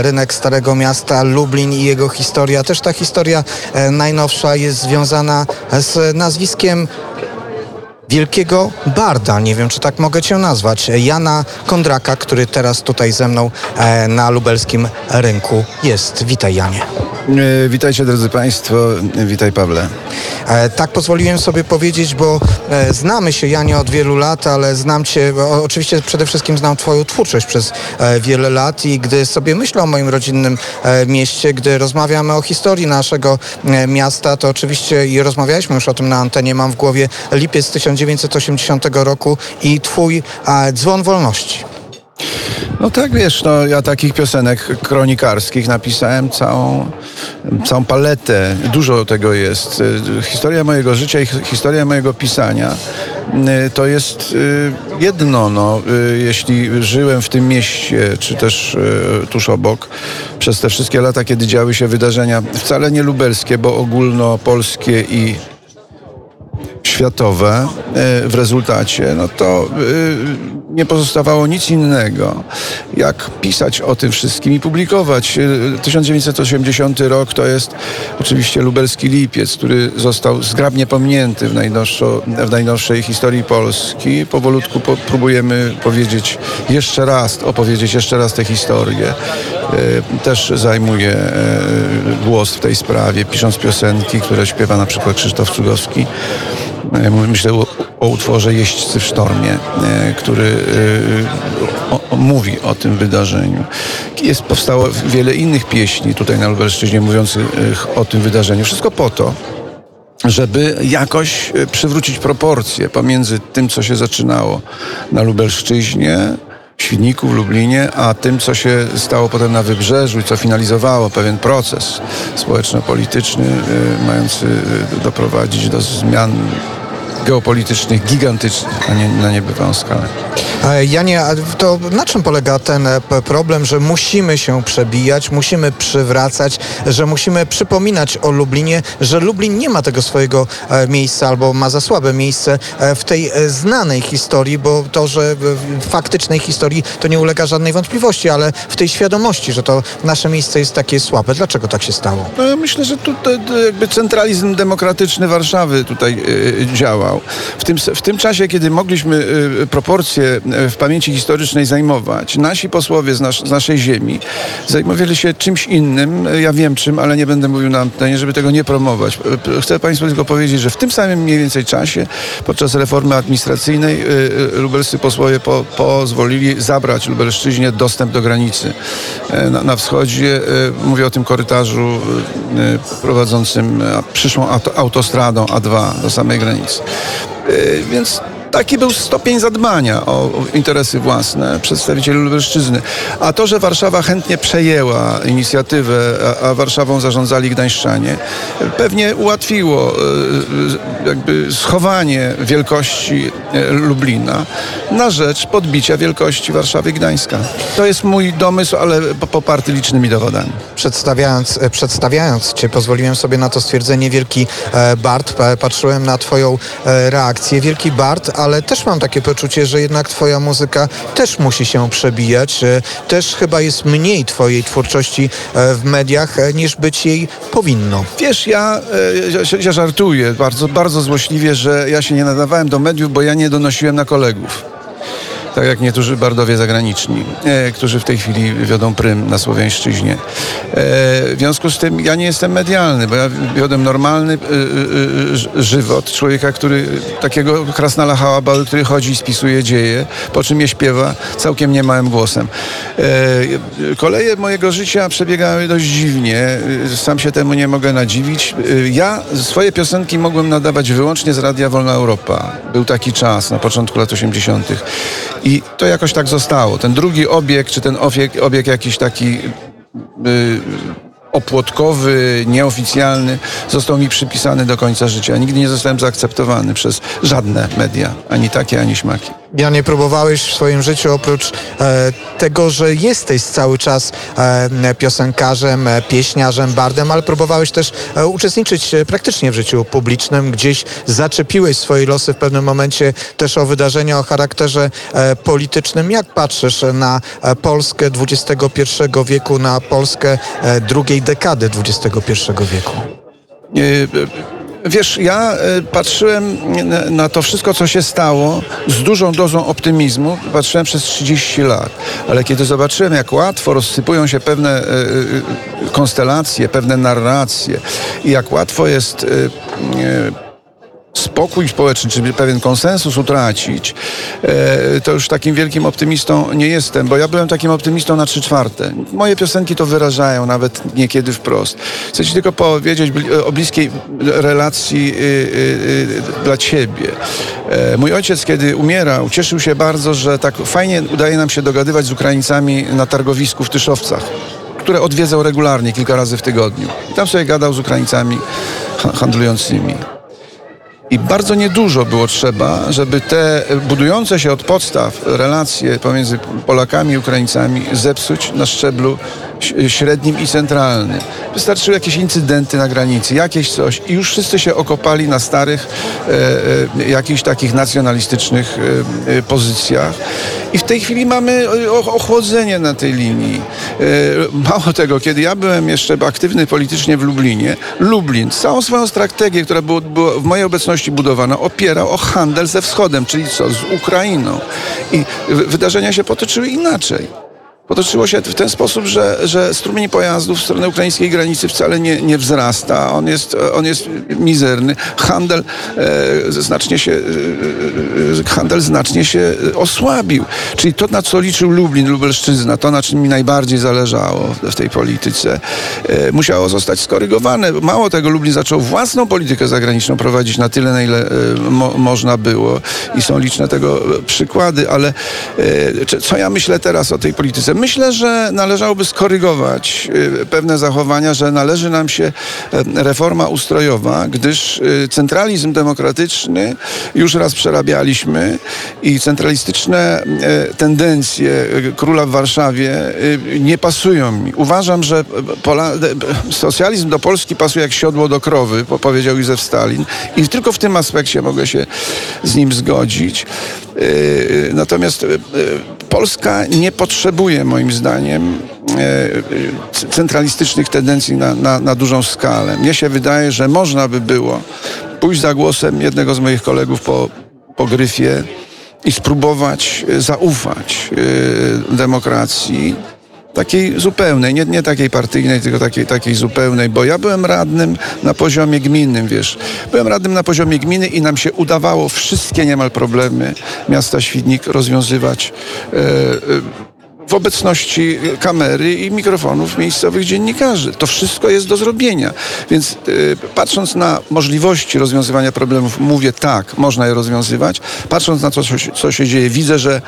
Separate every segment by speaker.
Speaker 1: Rynek Starego Miasta, Lublin i jego historia. Też ta historia najnowsza jest związana z nazwiskiem wielkiego barda, nie wiem, czy tak mogę cię nazwać, Jana Kondraka, który teraz tutaj ze mną na lubelskim rynku jest. Witaj, Janie.
Speaker 2: Witajcie, drodzy Państwo. Witaj, Pawle.
Speaker 1: Tak pozwoliłem sobie powiedzieć, bo znamy się, Janie, od wielu lat, ale znam cię, oczywiście przede wszystkim znam twoją twórczość przez wiele lat i gdy sobie myślę o moim rodzinnym mieście, gdy rozmawiamy o historii naszego miasta, to oczywiście i rozmawialiśmy już o tym na antenie, mam w głowie lipiec 1980 roku i twój Dzwon Wolności.
Speaker 2: No tak, wiesz, ja takich piosenek kronikarskich napisałem całą paletę. Dużo tego jest. Historia mojego życia i historia mojego pisania to jest jedno. Jeśli żyłem w tym mieście, czy też tuż obok, przez te wszystkie lata, kiedy działy się wydarzenia wcale nie lubelskie, bo ogólnopolskie i światowe w rezultacie, to nie pozostawało nic innego, jak pisać o tym wszystkim i publikować. 1980 rok to jest oczywiście lubelski lipiec, który został zgrabnie pominięty w najnowszej historii Polski. Powolutku próbujemy opowiedzieć jeszcze raz tę historię. Też zajmuję głos w tej sprawie, pisząc piosenki, które śpiewa na przykład Krzysztof Cugowski. Myślę o utworze Jeźdźcy w sztormie, który mówi o tym wydarzeniu. Powstało wiele innych pieśni tutaj na Lubelszczyźnie mówiących o tym wydarzeniu. Wszystko po to, żeby jakoś przywrócić proporcje pomiędzy tym, co się zaczynało na Lubelszczyźnie, w Świdniku, w Lublinie, a tym, co się stało potem na Wybrzeżu i co finalizowało pewien proces społeczno-polityczny mający doprowadzić do zmian geopolitycznych, gigantycznych, na niebywałą skalę.
Speaker 1: Janie, to na czym polega ten problem, że musimy się przebijać, musimy przywracać, że musimy przypominać o Lublinie, że Lublin nie ma tego swojego miejsca albo ma za słabe miejsce w tej znanej historii, bo to, że w faktycznej historii to nie ulega żadnej wątpliwości, ale w tej świadomości, że to nasze miejsce jest takie słabe. Dlaczego tak się stało?
Speaker 2: No ja myślę, że tutaj jakby centralizm demokratyczny Warszawy tutaj działał. W tym czasie, kiedy mogliśmy proporcje w pamięci historycznej zajmować, nasi posłowie z naszej ziemi zajmowali się czymś innym, ja wiem czym, ale nie będę mówił na antenie, żeby tego nie promować. Chcę Państwu tylko powiedzieć, że w tym samym mniej więcej czasie, podczas reformy administracyjnej, lubelscy posłowie pozwolili zabrać Lubelszczyźnie dostęp do granicy na wschodzie. Mówię o tym korytarzu prowadzącym przyszłą autostradą A2 do samej granicy. Więc taki był stopień zadbania o interesy własne przedstawicieli Lubelszczyzny. A to, że Warszawa chętnie przejęła inicjatywę, a Warszawą zarządzali gdańszczanie, pewnie ułatwiło jakby schowanie wielkości Lublina na rzecz podbicia wielkości Warszawy i Gdańska. To jest mój domysł, ale poparty licznymi dowodami.
Speaker 1: Przedstawiając cię, pozwoliłem sobie na to stwierdzenie Wielki Bard. Patrzyłem na twoją reakcję. Wielki Bard, ale też mam takie poczucie, że jednak twoja muzyka też musi się przebijać. Też chyba jest mniej twojej twórczości w mediach, niż być jej powinno.
Speaker 2: Wiesz, ja żartuję bardzo, bardzo złośliwie, że ja się nie nadawałem do mediów, bo ja nie donosiłem na kolegów. Tak jak niektórzy bardowie zagraniczni, którzy w tej chwili wiodą prym na Słowiańszczyźnie. W związku z tym ja nie jestem medialny, bo ja wiodłem normalny żywot człowieka, takiego krasnala Hałabały, który chodzi i spisuje dzieje, po czym je śpiewa całkiem niemałym głosem. Koleje mojego życia przebiegały dość dziwnie. Sam się temu nie mogę nadziwić. Ja swoje piosenki mogłem nadawać wyłącznie z Radia Wolna Europa. Był taki czas na początku lat 80. I to jakoś tak zostało. Ten drugi obieg, czy ten obieg jakiś taki opłotkowy, nieoficjalny, został mi przypisany do końca życia. Nigdy nie zostałem zaakceptowany przez żadne media, ani takie, ani śmaki.
Speaker 1: Ja nie próbowałeś w swoim życiu oprócz tego, że jesteś cały czas piosenkarzem, pieśniarzem, bardem, ale próbowałeś też uczestniczyć praktycznie w życiu publicznym. Gdzieś zaczepiłeś swoje losy w pewnym momencie też o wydarzenia o charakterze politycznym. Jak patrzysz na Polskę XXI wieku, na Polskę drugiej dekady XXI wieku?
Speaker 2: Wiesz, ja patrzyłem na to wszystko, co się stało z dużą dozą optymizmu. Patrzyłem przez 30 lat. Ale kiedy zobaczyłem, jak łatwo rozsypują się pewne konstelacje, pewne narracje i jak łatwo jest spokój społeczny, czy pewien konsensus utracić, to już takim wielkim optymistą nie jestem, bo ja byłem takim optymistą na 3/4. Moje piosenki to wyrażają, nawet niekiedy wprost. Chcę ci tylko powiedzieć o bliskiej relacji dla ciebie. Mój ojciec, kiedy umierał, cieszył się bardzo, że tak fajnie udaje nam się dogadywać z Ukraińcami na targowisku w Tyszowcach, które odwiedzał regularnie, kilka razy w tygodniu. I tam sobie gadał z Ukraińcami handlującymi. I bardzo niedużo było trzeba, żeby te budujące się od podstaw relacje pomiędzy Polakami i Ukraińcami zepsuć na szczeblu średnim i centralnym. Wystarczyły jakieś incydenty na granicy, jakieś coś i już wszyscy się okopali na starych, jakichś takich nacjonalistycznych pozycjach. I w tej chwili mamy ochłodzenie na tej linii. Mało tego, kiedy ja byłem jeszcze aktywny politycznie w Lublinie, Lublin całą swoją strategię, która była w mojej obecności budowana, opierał o handel ze wschodem, czyli co? Z Ukrainą. I wydarzenia się potoczyły inaczej. Potoczyło się w ten sposób, że strumień pojazdów w stronę ukraińskiej granicy wcale nie wzrasta. On jest mizerny. Handel znacznie się osłabił. Czyli to, na co liczył Lublin, Lubelszczyzna, to, na czym mi najbardziej zależało w tej polityce, musiało zostać skorygowane. Mało tego, Lublin zaczął własną politykę zagraniczną prowadzić na tyle, na ile można było. I są liczne tego przykłady. Ale co ja myślę teraz o tej polityce? Myślę, że należałoby skorygować pewne zachowania, że należy nam się reforma ustrojowa, gdyż centralizm demokratyczny już raz przerabialiśmy i centralistyczne tendencje króla w Warszawie nie pasują mi. Uważam, że socjalizm do Polski pasuje jak siodło do krowy, powiedział Józef Stalin i tylko w tym aspekcie mogę się z nim zgodzić. Natomiast Polska nie potrzebuje, moim zdaniem, centralistycznych tendencji na dużą skalę. Mnie się wydaje, że można by było pójść za głosem jednego z moich kolegów po Gryfie i spróbować zaufać demokracji takiej zupełnej, nie takiej partyjnej, tylko takiej zupełnej, bo ja byłem radnym na poziomie gminnym, wiesz. Byłem radnym na poziomie gminy i nam się udawało wszystkie niemal problemy miasta Świdnik rozwiązywać w obecności kamery i mikrofonów miejscowych dziennikarzy. To wszystko jest do zrobienia. Więc patrząc na możliwości rozwiązywania problemów, mówię tak, można je rozwiązywać. Patrząc na to, co się dzieje, widzę, że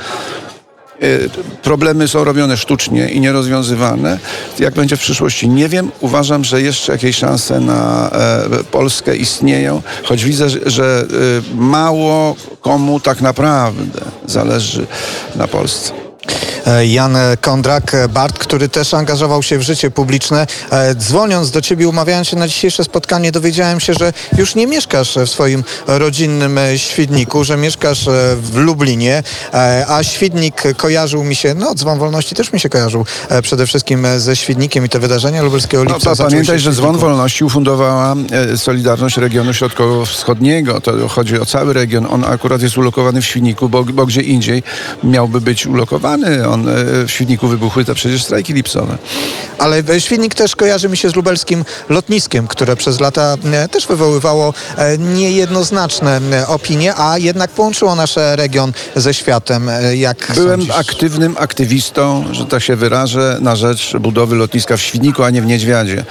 Speaker 2: problemy są robione sztucznie i nierozwiązywane. Jak będzie w przyszłości, nie wiem. Uważam, że jeszcze jakieś szanse na Polskę istnieją, choć widzę, że mało komu tak naprawdę zależy na Polsce.
Speaker 1: Jan Kondrak, bard, który też angażował się w życie publiczne. Dzwoniąc do ciebie, umawiając się na dzisiejsze spotkanie, dowiedziałem się, że już nie mieszkasz w swoim rodzinnym Świdniku, że mieszkasz w Lublinie, a Świdnik kojarzył mi się, Dzwon Wolności też mi się kojarzył przede wszystkim ze Świdnikiem i te wydarzenia lubelskiego lipca.
Speaker 2: Pamiętaj, że Dzwon Wolności ufundowała Solidarność Regionu Środkowo-Wschodniego. To chodzi o cały region. On akurat jest ulokowany w Świdniku, bo gdzie indziej miałby być ulokowany. W Świdniku wybuchły te przecież strajki lipcowe.
Speaker 1: Ale Świdnik też kojarzy mi się z lubelskim lotniskiem, które przez lata też wywoływało niejednoznaczne opinie, a jednak połączyło nasz region ze światem.
Speaker 2: Byłem aktywnym aktywistą, że tak się wyrażę, na rzecz budowy lotniska w Świdniku, a nie w Niedźwiadzie.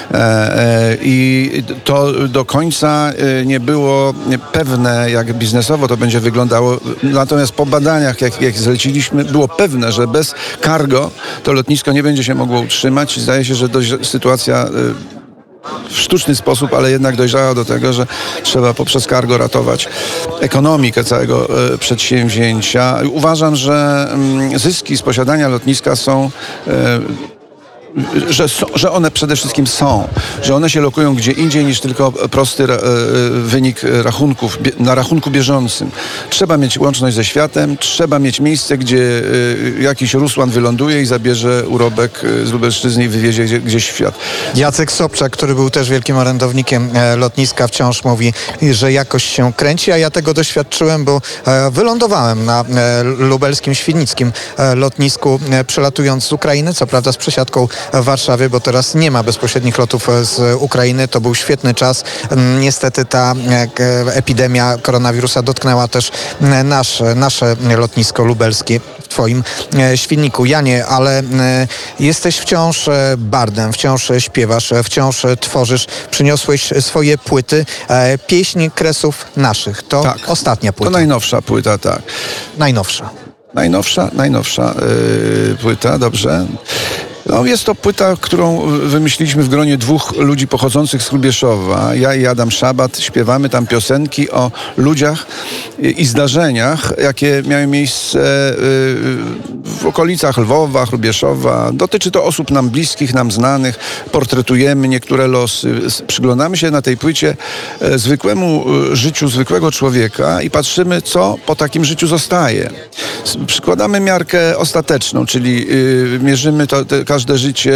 Speaker 2: I to do końca nie było pewne, jak biznesowo to będzie wyglądało. Natomiast po badaniach, jak zleciliśmy, było pewne, że bez cargo to lotnisko nie będzie się mogło utrzymać. Zdaje się, że sytuacja w sztuczny sposób, ale jednak dojrzała do tego, że trzeba poprzez cargo ratować ekonomikę całego przedsięwzięcia. Uważam, że zyski z posiadania lotniska są że one przede wszystkim są, że one się lokują gdzie indziej niż tylko prosty wynik rachunków na rachunku bieżącym. Trzeba mieć łączność ze światem, trzeba mieć miejsce, gdzie jakiś Rusłan wyląduje i zabierze urobek z Lubelszczyzny i wywiezie gdzieś w świat.
Speaker 1: Jacek Sobczak, który był też wielkim orędownikiem lotniska, wciąż mówi, że jakoś się kręci, a ja tego doświadczyłem, bo wylądowałem na lubelskim, świdnickim lotnisku, przelatując z Ukrainy, co prawda z przesiadką w Warszawie, bo teraz nie ma bezpośrednich lotów z Ukrainy. To był świetny czas. Niestety ta epidemia koronawirusa dotknęła też nasze lotnisko lubelskie w twoim Świdniku. Janie, ale jesteś wciąż bardem, wciąż śpiewasz, wciąż tworzysz. Przyniosłeś swoje płyty. Pieśń Kresów Naszych. To tak, ostatnia płyta.
Speaker 2: To najnowsza płyta, tak. Najnowsza płyta, dobrze. No, jest to płyta, którą wymyśliliśmy w gronie dwóch ludzi pochodzących z Hrubieszowa. Ja i Adam Szabat śpiewamy tam piosenki o ludziach i zdarzeniach, jakie miały miejsce w okolicach Lwowa, Hrubieszowa. Dotyczy to osób nam bliskich, nam znanych. Portretujemy niektóre losy. Przyglądamy się na tej płycie zwykłemu życiu zwykłego człowieka i patrzymy, co po takim życiu zostaje. Przykładamy miarkę ostateczną, czyli mierzymy każde życie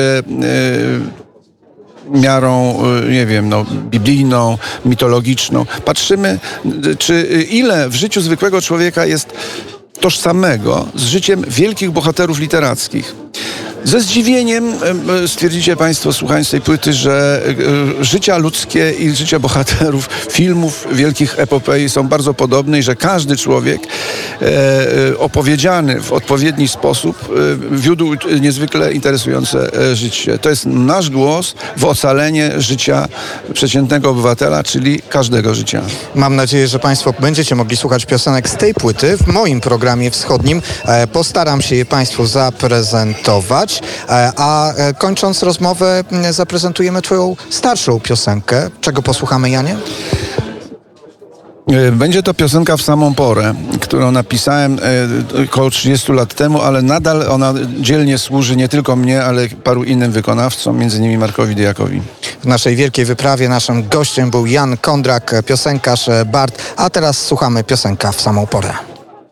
Speaker 2: miarą, nie wiem, biblijną, mitologiczną. Patrzymy, ile w życiu zwykłego człowieka jest tożsamego z życiem wielkich bohaterów literackich. Ze zdziwieniem stwierdzicie Państwo, słuchając tej płyty, że życia ludzkie i życia bohaterów filmów wielkich epopei są bardzo podobne i że każdy człowiek opowiedziany w odpowiedni sposób wiódł niezwykle interesujące życie. To jest nasz głos w ocalenie życia przeciętnego obywatela, czyli każdego życia.
Speaker 1: Mam nadzieję, że Państwo będziecie mogli słuchać piosenek z tej płyty w moim programie wschodnim. Postaram się je Państwu zaprezentować. A kończąc rozmowę, zaprezentujemy Twoją starszą piosenkę. Czego posłuchamy, Janie?
Speaker 2: Będzie to piosenka W samą porę, którą napisałem około 30 lat temu, ale nadal ona dzielnie służy nie tylko mnie, ale paru innym wykonawcom, między innymi Markowi Dyjakowi.
Speaker 1: W naszej wielkiej wyprawie naszym gościem był Jan Kondrak, piosenkarz, bard, a teraz słuchamy piosenka W samą porę.